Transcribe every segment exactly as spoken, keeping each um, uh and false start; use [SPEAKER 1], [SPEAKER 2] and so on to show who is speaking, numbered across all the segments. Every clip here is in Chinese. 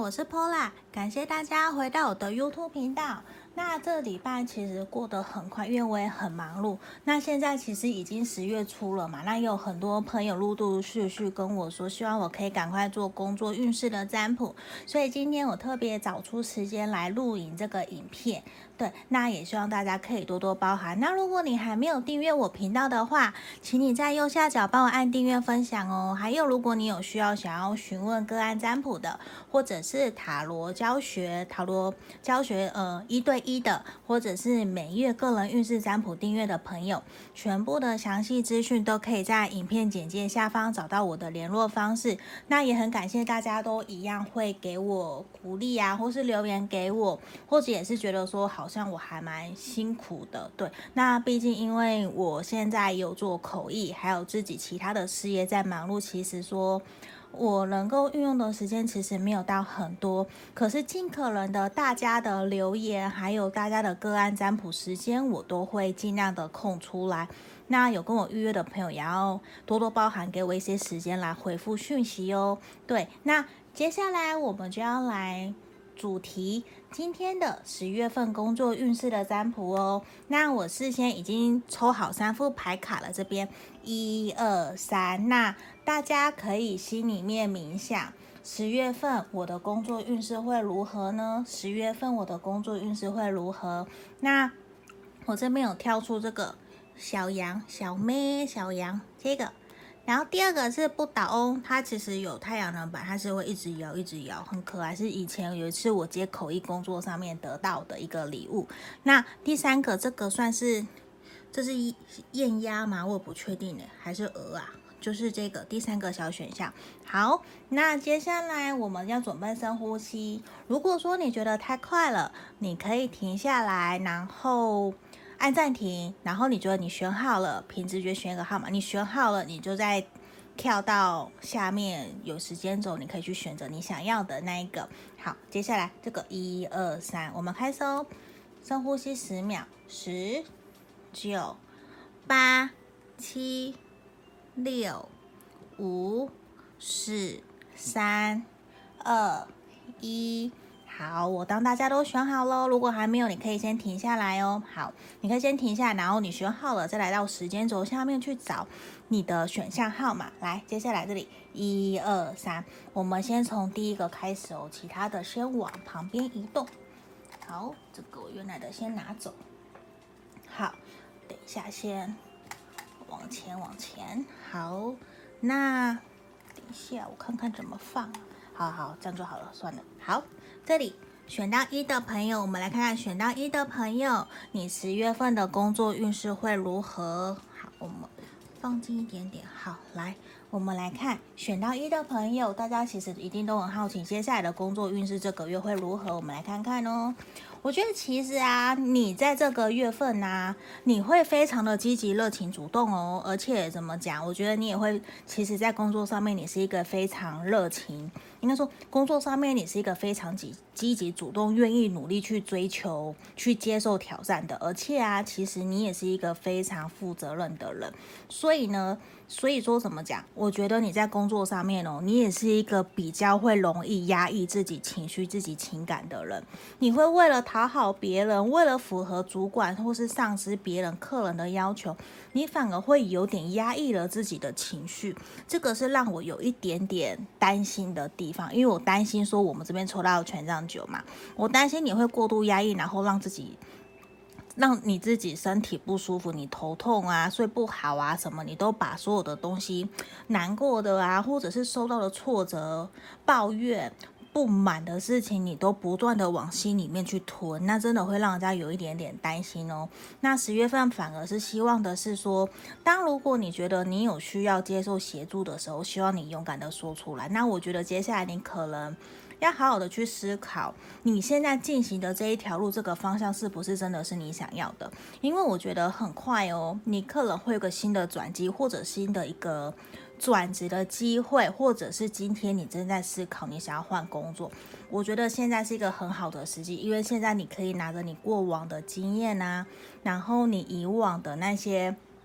[SPEAKER 1] 我是 Paula，感谢大家回到我的 YouTube 频道。那这礼拜其实过得很快，因为我也很忙碌。那现在其实已经十月初了嘛，那也有很多朋友陆陆续续跟我说，希望我可以赶快做工作运势的占卜，所以今天我特别找出时间来录影这个影片。对，那也希望大家可以多多包涵。那如果你还没有订阅我频道的话，请你在右下角帮我按订阅分享哦。还有，如果你有需要想要询问个案占卜的，或者是塔罗教学、塔罗教学呃一对一的，或者是每月个人运势占卜订阅的朋友，全部的详细资讯都可以在影片简介下方找到我的联络方式。那也很感谢大家都一样会给我鼓励啊，或是留言给我，或者也是觉得说好像我还蛮辛苦的。对，那毕竟因为我现在有做口译，还有自己其他的事业在忙碌，其实说我能够运用的时间其实没有到很多，可是尽可能的大家的留言还有大家的个案占卜时间我都会尽量的空出来。那有跟我预约的朋友也要多多包涵，给我一些时间来回复讯息哦。对，那接下来我们就要来主题今天的十月份工作运势的占卜哦。那我事先已经抽好三副牌卡了，这边一二三，那大家可以心里面冥想，十月份我的工作运势会如何呢？十月份我的工作运势会如何？那我这边有跳出这个小羊、小妹、小羊这个。然后第二个是不倒翁，它其实有太阳能板，它是会一直摇一直摇，很可爱，是以前有一次我接口译工作上面得到的一个礼物。那第三个这个算是，这是燕鸭吗？我也不确定呢，还是鹅啊？就是这个第三个小选项。好，那接下来我们要准备深呼吸。如果说你觉得太快了，你可以停下来，然后按暂停，然后你觉得你选好了，凭直觉选一个号码，你选好了，你就再跳到下面有时间轴，你可以去选择你想要的那一个。好，接下来这个一二三，我们开始哦，深呼吸十秒，十、九、八、七、六、五、四、三、二、一。好，我当大家都选好咯，如果还没有，你可以先停下来哦。好，你可以先停下来，然后你选好了，再来到时间轴下面去找你的选项号码。来，接下来这里一二三，我们先从第一个开始哦，其他的先往旁边移动。好，这个我原来的先拿走。好，等一下先往前往前。好，那等一下我看看怎么放。好好，这样就好了，算了。好，这里选到一的朋友，我们来看看选到一的朋友，你十月份的工作运势会如何？好，我们放近一点点。好，来，我们来看选到一的朋友，大家其实一定都很好奇，接下来的工作运势这个月会如何？我们来看看哦。我觉得其实啊，你在这个月份啊，你会非常的积极、热情、主动哦。而且怎么讲？我觉得你也会，其实在工作上面，你是一个非常热情，应该说工作上面你是一个非常积积极、主动、愿意努力去追求、去接受挑战的。而且啊，其实你也是一个非常负责任的人。所以呢，所以说怎么讲？我觉得你在工作上面哦，你也是一个比较会容易压抑自己情绪、自己情感的人。你会为了讨好别人，为了符合主管或是上司、别人、客人的要求，你反而会有点压抑了自己的情绪。这个是让我有一点点担心的地方，因为我担心说我们这边抽到权杖九嘛，我担心你会过度压抑，然后让自己。让你自己身体不舒服，你头痛啊，睡不好啊，什么你都把所有的东西难过的啊，或者是受到的挫折、抱怨、不满的事情，你都不断的往心里面去吞，那真的会让人家有一点点担心哦。那十月份反而是希望的是说，当如果你觉得你有需要接受协助的时候，希望你勇敢的说出来。那我觉得接下来你可能要好好的去思考，你现在进行的这一条路，这个方向是不是真的是你想要的？因为我觉得很快哦，你可能会有个新的转机，或者新的一个转职的机会，或者是今天你正在思考你想要换工作。我觉得现在是一个很好的时机，因为现在你可以拿着你过往的经验啊，然后你以往的那些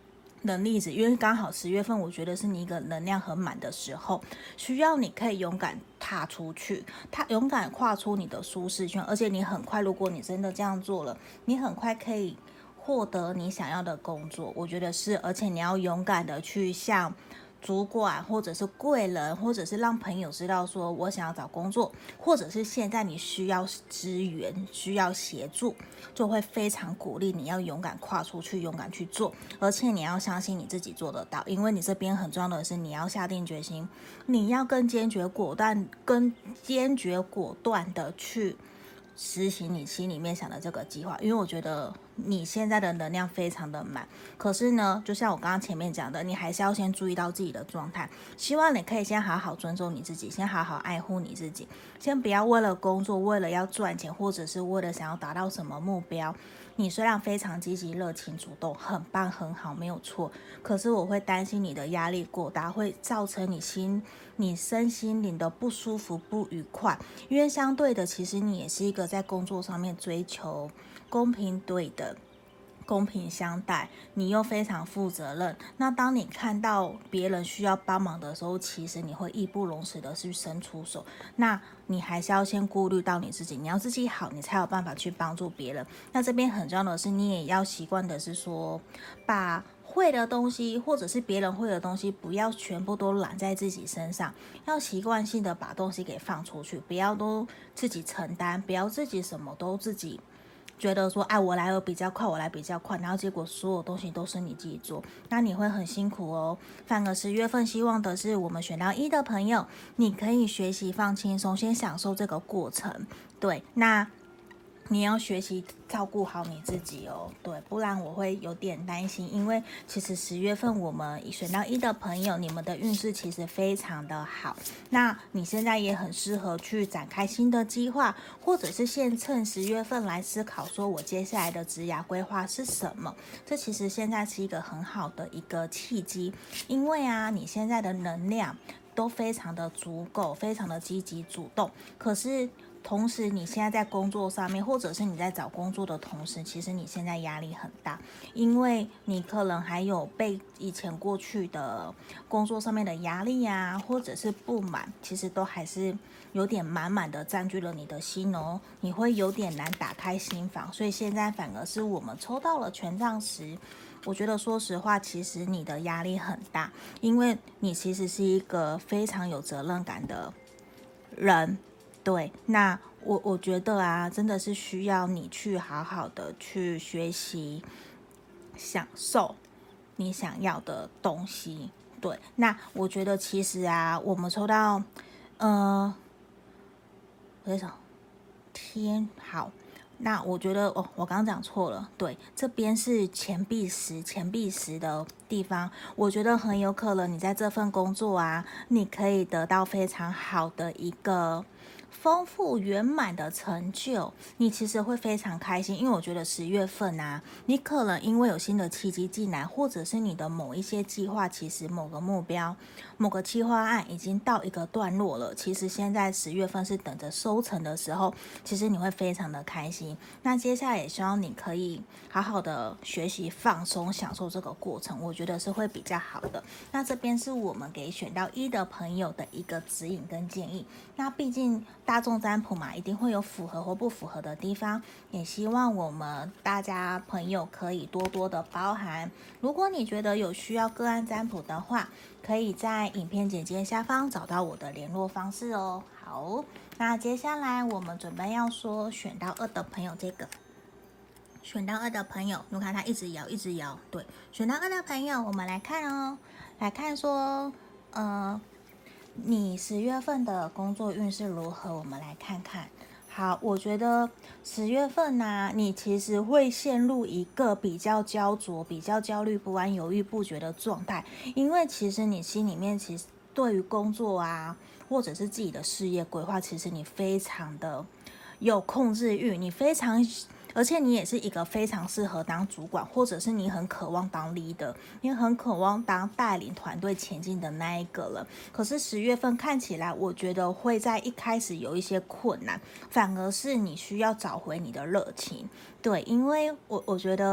[SPEAKER 1] 能力值，因为刚好十月份，我觉得是你一个能量很满的时候，需要你可以勇敢踏出去，踏勇敢跨出你的舒适圈，而且你很快，如果你真的这样做了，你很快可以获得你想要的工作，我觉得是，而且你要勇敢的去向主管或者是贵人，或者是让朋友知道说我想要找工作，或者是现在你需要支援需要协助，就会非常鼓励你要勇敢跨出去，勇敢去做，而且你要相信你自己做得到，因为你这边很重要的是你要下定决心，你要更坚决果断更坚决果断的去实行你心里面想的这个计划，因为我觉得你现在的能量非常的满，可是呢，就像我刚刚前面讲的，你还是要先注意到自己的状态，希望你可以先好好尊重你自己，先好好爱护你自己，先不要为了工作，为了要赚钱，或者是为了想要达到什么目标，你虽然非常积极热情主动，很棒很好，没有错，可是我会担心你的压力过大，会造成你心你身心灵的不舒服不愉快，因为相对的，其实你也是一个在工作上面追求公平对等公平相待，你又非常负责任，那当你看到别人需要帮忙的时候，其实你会义不容辞的去伸出手，那你还是要先顾虑到你自己，你要自己好，你才有办法去帮助别人。那这边很重要的是，你也要习惯的是说，把会的东西或者是别人会的东西，不要全部都揽在自己身上，要习惯性的把东西给放出去，不要都自己承担，不要自己什么都自己觉得说，哎，我来的比较快，我来比较快，然后结果所有东西都是你自己做，那你会很辛苦哦。反而十月份希望的是，我们选到一的朋友，你可以学习放轻松，先享受这个过程。对，那你要学习照顾好你自己哦，对，不然我会有点担心，因为其实十月份我们选到一的朋友，你们的运势其实非常的好，那你现在也很适合去展开新的计划，或者是现趁十月份来思考说我接下来的职涯规划是什么，这其实现在是一个很好的一个契机，因为啊，你现在的能量都非常的足够，非常的积极主动，可是同时你现在在工作上面，或者是你在找工作的同时，其实你现在压力很大，因为你可能还有被以前过去的工作上面的压力啊，或者是不满，其实都还是有点满满的占据了你的心哦，你会有点难打开心房，所以现在反而是我们抽到了权杖十，我觉得说实话，其实你的压力很大，因为你其实是一个非常有责任感的人。对，那我我觉得啊，真的是需要你去好好的去学习，享受你想要的东西。对，那我觉得其实啊，我们抽到，呃，为什么？天好，那我觉得哦，我刚刚讲错了，对，这边是钱币石，钱币石的地方，我觉得很有可能你在这份工作啊，你可以得到非常好的一个丰富圆满的成就，你其实会非常开心，因为我觉得十月份啊，你可能因为有新的契机进来，或者是你的某一些计划，其实某个目标、某个计划案已经到一个段落了，其实现在十月份是等着收成的时候，其实你会非常的开心。那接下来也希望你可以好好的学习放松，享受这个过程，我觉得是会比较好的。那这边是我们给选到一的朋友的一个指引跟建议。那毕竟大众占卜嘛，一定会有符合或不符合的地方，也希望我们大家朋友可以多多的包涵。如果你觉得有需要个案占卜的话，可以在影片简介下方找到我的联络方式哦。好，那接下来我们准备要说选到二的朋友，这个选到二的朋友，你看他一直摇一直摇，对，选到二的朋友，我们来看哦，来看说，呃。你十月份的工作运势如何？我们来看看。好，我觉得十月份呢、啊，你其实会陷入一个比较焦灼、比较焦虑不安、犹豫不决的状态，因为其实你心里面其实对于工作啊，或者是自己的事业规划，其实你非常的有控制欲，你非常。而且你也是一个非常适合当主管，或者是你很渴望当 leader， 你很渴望当带领团队前进的那一个了。可是十月份看起来，我觉得会在一开始有一些困难，反而是你需要找回你的热情。对，因为我我觉得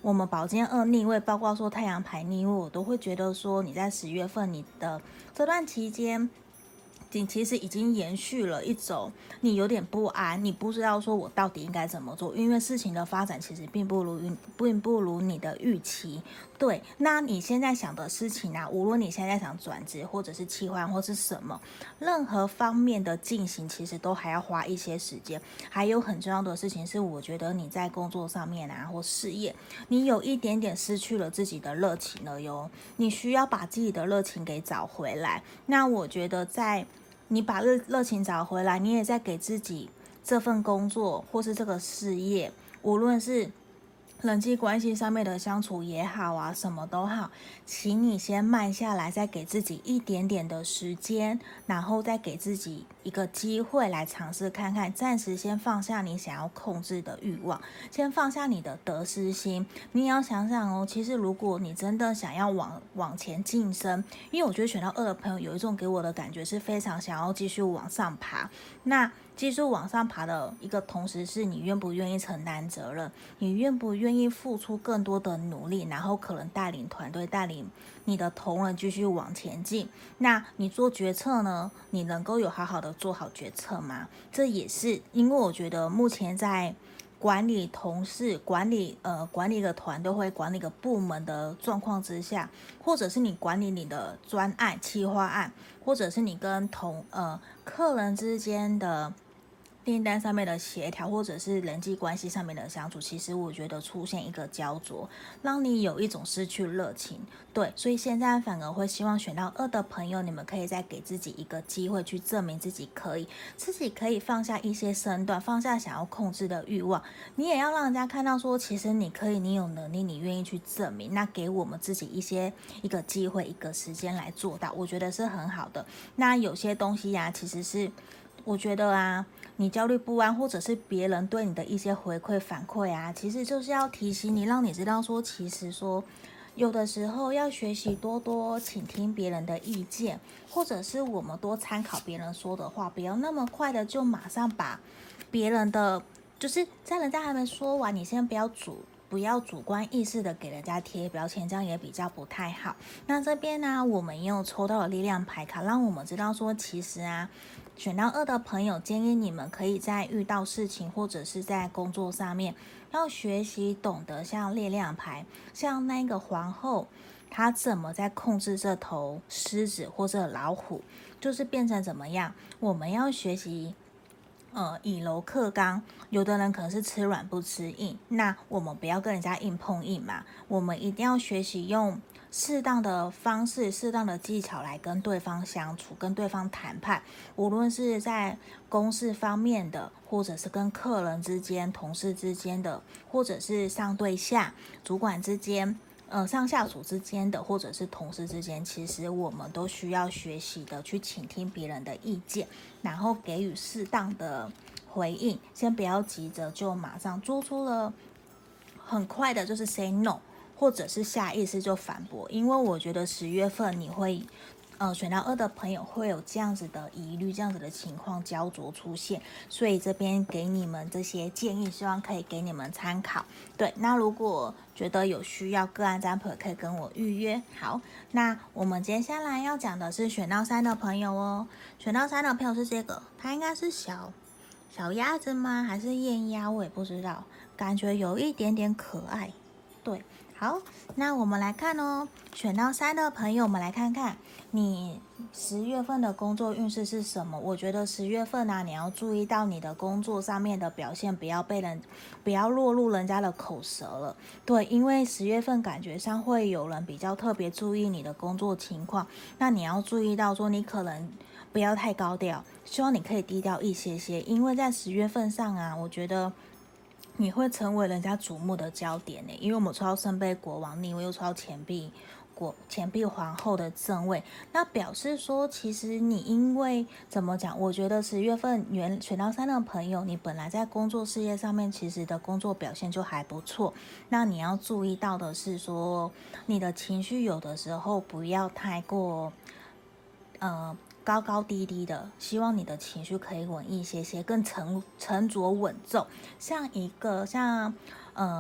[SPEAKER 1] 我们宝剑二逆位，包括说太阳牌逆位，我都会觉得说你在十月份你的这段期间。你其实已经延续了一种，你有点不安，你不知道说我到底应该怎么做，因为事情的发展其实并不如并不如你的预期。对，那你现在想的事情啊，无论你现在想转职，或者是企划，或是什么，任何方面的进行，其实都还要花一些时间。还有很重要的事情是，我觉得你在工作上面啊，或事业，你有一点点失去了自己的热情了哟，你需要把自己的热情给找回来。那我觉得在你把热热情找回来，你也在给自己这份工作或是这个事业，无论是人际关系上面的相处也好啊，什么都好，请你先慢下来，再给自己一点点的时间，然后再给自己一个机会来尝试看看，暂时先放下你想要控制的欲望，先放下你的得失心。你也要想想哦，其实如果你真的想要往往前晋升，因为我觉得选到二的朋友有一种给我的感觉是非常想要继续往上爬，那继续往上爬的一个同时是你愿不愿意承担责任，你愿不愿意付出更多的努力，然后可能带领团队，带领你的同仁继续往前进。那你做决策呢，你能够有好好的做好决策吗？这也是因为我觉得目前在管理同事、管理呃管理一个团队或管理一个部门的状况之下，或者是你管理你的专案、企划案，或者是你跟同呃客人之间的订单上面的协调，或者是人际关系上面的相处，其实我觉得出现一个焦灼，让你有一种失去热情。对，所以现在反而会希望选到二的朋友，你们可以再给自己一个机会，去证明自己可以，自己可以放下一些身段，放下想要控制的欲望。你也要让人家看到说，其实你可以，你有能力，你愿意去证明。那给我们自己一些一个机会，一个时间来做到，我觉得是很好的。那有些东西呀、啊，其实是我觉得啊。你焦虑不安，或者是别人对你的一些回馈反馈啊，其实就是要提醒你，让你知道说，其实说有的时候要学习多多倾听别人的意见，或者是我们多参考别人说的话，不要那么快的就马上把别人的，就是在人家还没说完，你先不要主。不要主观意识的给人家贴标签，这样也比较不太好。那这边呢，我们也有抽到了力量牌卡，让我们知道说，其实啊，选到二的朋友，建议你们可以在遇到事情或者是在工作上面，要学习懂得像力量牌，像那个皇后，她怎么在控制这头狮子或者老虎，就是变成怎么样？我们要学习。呃，以柔克刚，有的人可能是吃软不吃硬，那我们不要跟人家硬碰硬嘛，我们一定要学习用适当的方式、适当的技巧来跟对方相处，跟对方谈判，无论是在公事方面的，或者是跟客人之间、同事之间的，或者是上对下、主管之间。呃，上下属之间的，或者是同事之间，其实我们都需要学习的去倾听别人的意见，然后给予适当的回应，先不要急着就马上做出了很快的，就是 say no， 或者是下意识就反驳，因为我觉得十月份你会。呃，选到二的朋友会有这样子的疑虑，这样子的情况焦灼出现，所以这边给你们这些建议，希望可以给你们参考。对，那如果觉得有需要个案占卜，可以跟我预约。好，那我们接下来要讲的是选到三的朋友哦。选到三的朋友是这个，它应该是小小鸭子吗？还是燕鸭？我也不知道，感觉有一点点可爱。对，好，那我们来看哦。选到三的朋友，我们来看看你十月份的工作运势是什么？我觉得十月份啊，你要注意到你的工作上面的表现，不要被人，不要落入人家的口舌了。对，因为十月份感觉上会有人比较特别注意你的工作情况，那你要注意到说，你可能不要太高调，希望你可以低调一些些，因为在十月份上啊，我觉得。你会成为人家瞩目的焦点呢，因为我们抽到圣杯国王逆位，又抽到钱币国钱币皇后的正位，那表示说，其实你因为怎么讲？我觉得十月份原选到三的朋友，你本来在工作事业上面，其实的工作表现就还不错。那你要注意到的是说，你的情绪有的时候不要太过，呃。高高低低的，希望你的情绪可以稳一些些，更沉沉着稳重，像一个像呃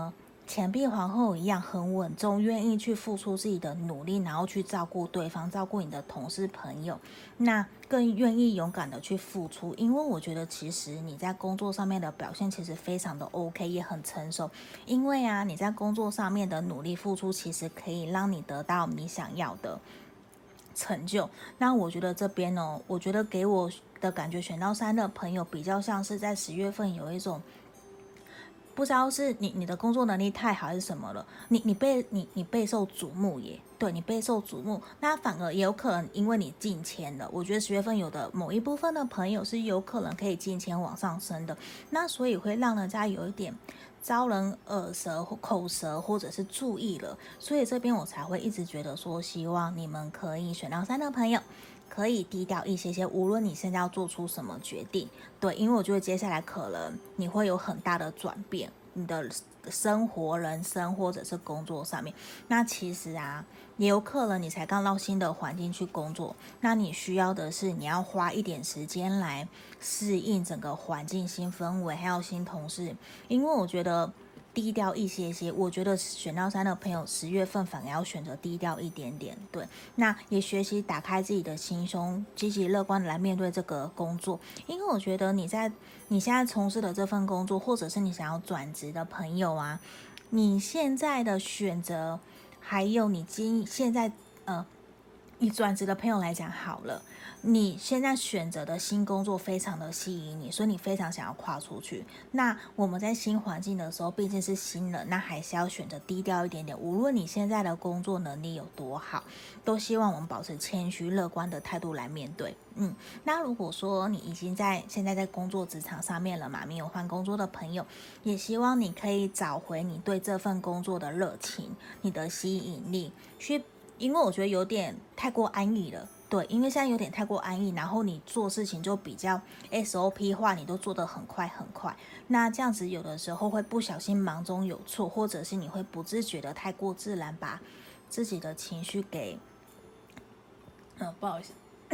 [SPEAKER 1] 钱币皇后一样很稳重，愿意去付出自己的努力，然后去照顾对方，照顾你的同事朋友，那更愿意勇敢的去付出。因为我觉得其实你在工作上面的表现其实非常的 OK， 也很成熟。因为啊你在工作上面的努力付出，其实可以让你得到你想要的成就。那我觉得这边哦，我觉得给我的感觉，选到三的朋友比较像是在十月份有一种不知道是你你的工作能力太好还是什么了，你你被你你备受瞩目耶，对你备受瞩目，那反而也有可能因为你进签了。我觉得十月份有的某一部分的朋友是有可能可以进签往上升的，那所以会让人家有一点招人耳舌、口舌或者是注意了，所以这边我才会一直觉得说，希望你们可以选到三的朋友。可以低调一些些，无论你现在要做出什么决定，对，因为我觉得接下来可能你会有很大的转变，你的生活、人生或者是工作上面。那其实啊，也有可能你才刚到新的环境去工作，那你需要的是你要花一点时间来适应整个环境、新氛围，还有新同事，因为我觉得。低调一些些，我觉得选到三的朋友，十月份反而要选择低调一点点，对。那也学习打开自己的心胸，积极乐观的来面对这个工作，因为我觉得你在你现在从事的这份工作，或者是你想要转职的朋友啊，你现在的选择，还有你今现在呃，以转职的朋友来讲好了。你现在选择的新工作非常的吸引你，所以你非常想要跨出去。那我们在新环境的时候，毕竟是新人，那还是要选择低调一点点。无论你现在的工作能力有多好，都希望我们保持谦虚乐观的态度来面对。嗯，那如果说你已经在现在在工作职场上面了嘛，没有换工作的朋友，也希望你可以找回你对这份工作的热情，你的吸引力，去，因为我觉得有点太过安逸了。对，因为现在有点太过安逸，然后你做事情就比较 S O P 化，你都做得很快很快，那这样子有的时候会不小心忙中有错，或者是你会不自觉的太过自然，把自己的情绪给，嗯，不好意思，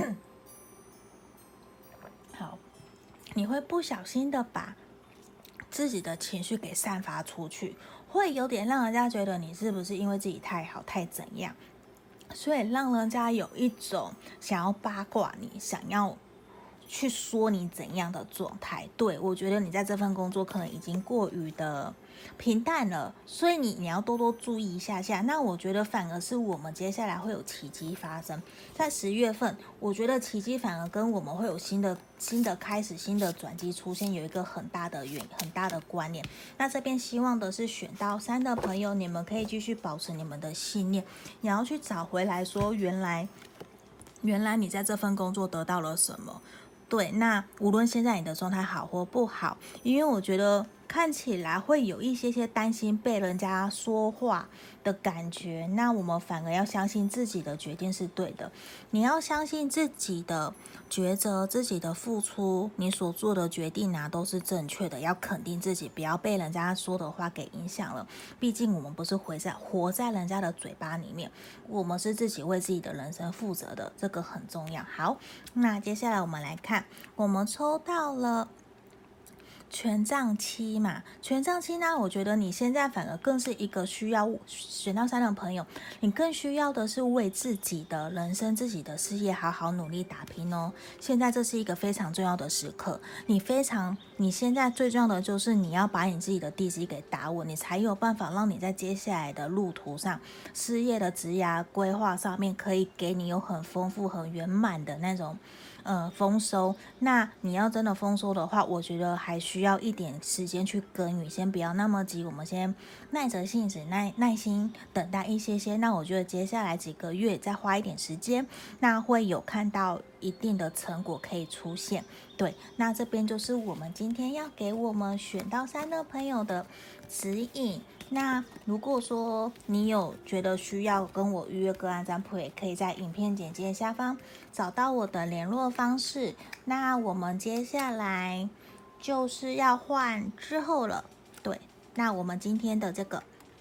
[SPEAKER 1] 好，你会不小心的把自己的情绪给散发出去，会有点让人家觉得你是不是因为自己太好太怎样。所以让人家有一种想要八卦你，想要去说你怎样的状态。对，我觉得你在这份工作可能已经过于的平淡了，所以你你要多多注意一下下。那我觉得反而是我们接下来会有奇迹发生，在十月份，我觉得奇迹反而跟我们会有新的新的开始、新的转机出现有一个很大的原很大的关联。那这边希望的是选到三的朋友，你们可以继续保持你们的信念，你要去找回来说，原来原来你在这份工作得到了什么。对，那无论现在你的状态好或不好，因为我觉得看起来会有一些些担心被人家说话的感觉，那我们反而要相信自己的决定是对的。你要相信自己的抉择，自己的付出，你所做的决定啊都是正确的，要肯定自己，不要被人家说的话给影响了。毕竟我们不是活在活在人家的嘴巴里面，我们是自己为自己的人生负责的，这个很重要。好，那接下来我们来看，我们抽到了权杖七嘛，权杖七呢，我觉得你现在反而更是一个需要选到三的朋友，你更需要的是为自己的人生、自己的事业好好努力打拼哦。现在这是一个非常重要的时刻，你非常，你现在最重要的就是你要把你自己的地基给打稳，你才有办法让你在接下来的路途上，事业的职涯规划上面，可以给你有很丰富、很圆满的那种。呃，丰收。那你要真的丰收的话，我觉得还需要一点时间去耕耘，先不要那么急，我们先耐着性子、耐耐心等待一些些。那我觉得接下来几个月再花一点时间，那会有看到一定的成果可以出现。对，那这边就是我们今天要给我们选到三的朋友的指引。那如果说你有觉得需要跟我预约个案占卜，也可以在影片简介下方找到我的联络方式。那我们接下来就是要换之后了，对，那我们今天的这个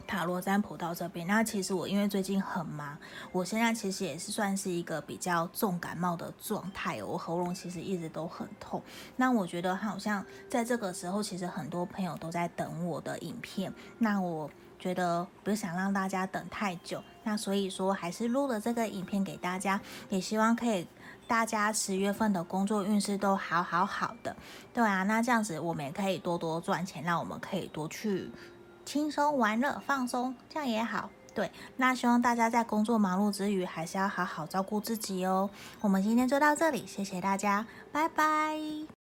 [SPEAKER 1] 塔罗占卜到这边。那其实我因为最近很忙，我现在其实也是算是一个比较重感冒的状态，我喉咙其实一直都很痛。那我觉得好像在这个时候，其实很多朋友都在等我的影片，那我觉得不想让大家等太久，那所以说还是录了这个影片给大家，也希望可以大家十月份的工作运势都好好好的。对啊，那这样子我们也可以多多赚钱，让我们可以多去轻松玩乐放松，这样也好。对，那希望大家在工作忙碌之余，还是要好好照顾自己哦。我们今天就到这里，谢谢大家，拜拜。